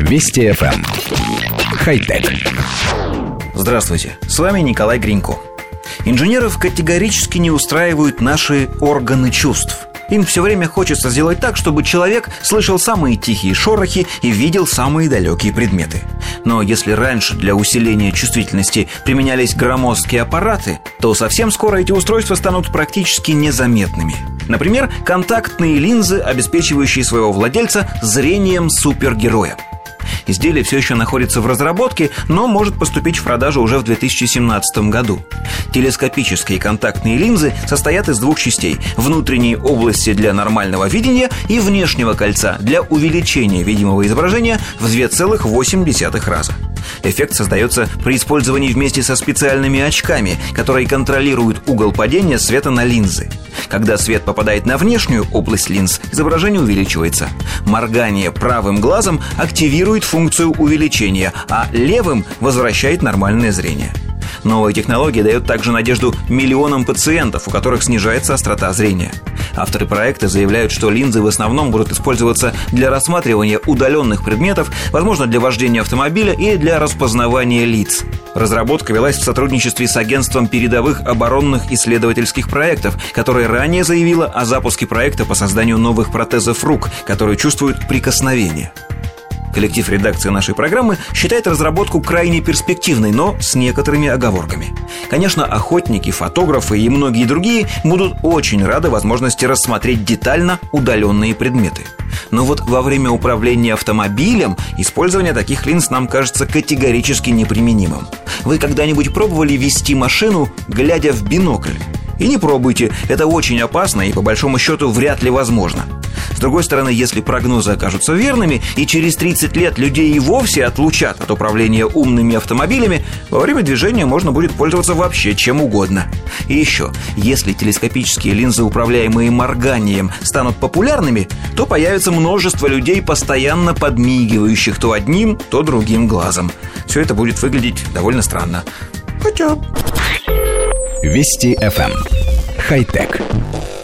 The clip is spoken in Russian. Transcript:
Вести ФМ. Хай-тек. Здравствуйте, с вами Николай Гринько. Инженеров категорически не устраивают наши органы чувств. Им все время хочется сделать так, чтобы человек слышал самые тихие шорохи и видел самые далекие предметы. Но если раньше для усиления чувствительности применялись громоздкие аппараты, то совсем скоро эти устройства станут практически незаметными. Например, контактные линзы, обеспечивающие своего владельца зрением супергероя. Изделие все еще находится в разработке, но может поступить в продажу уже в 2017 году. Телескопические контактные линзы состоят из двух частей: внутренней области для нормального видения и внешнего кольца для увеличения видимого изображения в 2,8 раза. Эффект создается при использовании вместе со специальными очками, которые контролируют угол падения света на линзы. Когда свет попадает на внешнюю область линз, изображение увеличивается. Моргание правым глазом активирует функцию увеличения, а левым возвращает нормальное зрение. Новая технология дает также надежду миллионам пациентов, у которых снижается острота зрения. Авторы проекта заявляют, что линзы в основном будут использоваться для рассматривания удаленных предметов, возможно, для вождения автомобиля и для распознавания лиц. Разработка велась в сотрудничестве с агентством передовых оборонных исследовательских проектов, которое ранее заявило о запуске проекта по созданию новых протезов рук, которые чувствуют прикосновение. Коллектив редакции нашей программы считает разработку крайне перспективной, но с некоторыми оговорками. Конечно, охотники, фотографы и многие другие будут очень рады возможности рассмотреть детально удаленные предметы. Но вот во время управления автомобилем использование таких линз нам кажется категорически неприменимым. Вы когда-нибудь пробовали вести машину, глядя в бинокль? И не пробуйте, это очень опасно и, по большому счету, вряд ли возможно. С другой стороны, если прогнозы окажутся верными, и через 30 лет людей и вовсе отлучат от управления умными автомобилями, во время движения можно будет пользоваться вообще чем угодно. И еще, если телескопические линзы, управляемые морганием, станут популярными, то появится множество людей, постоянно подмигивающих то одним, то другим глазом. Все это будет выглядеть довольно странно. Хотя... Вести ФМ. Хай-тек.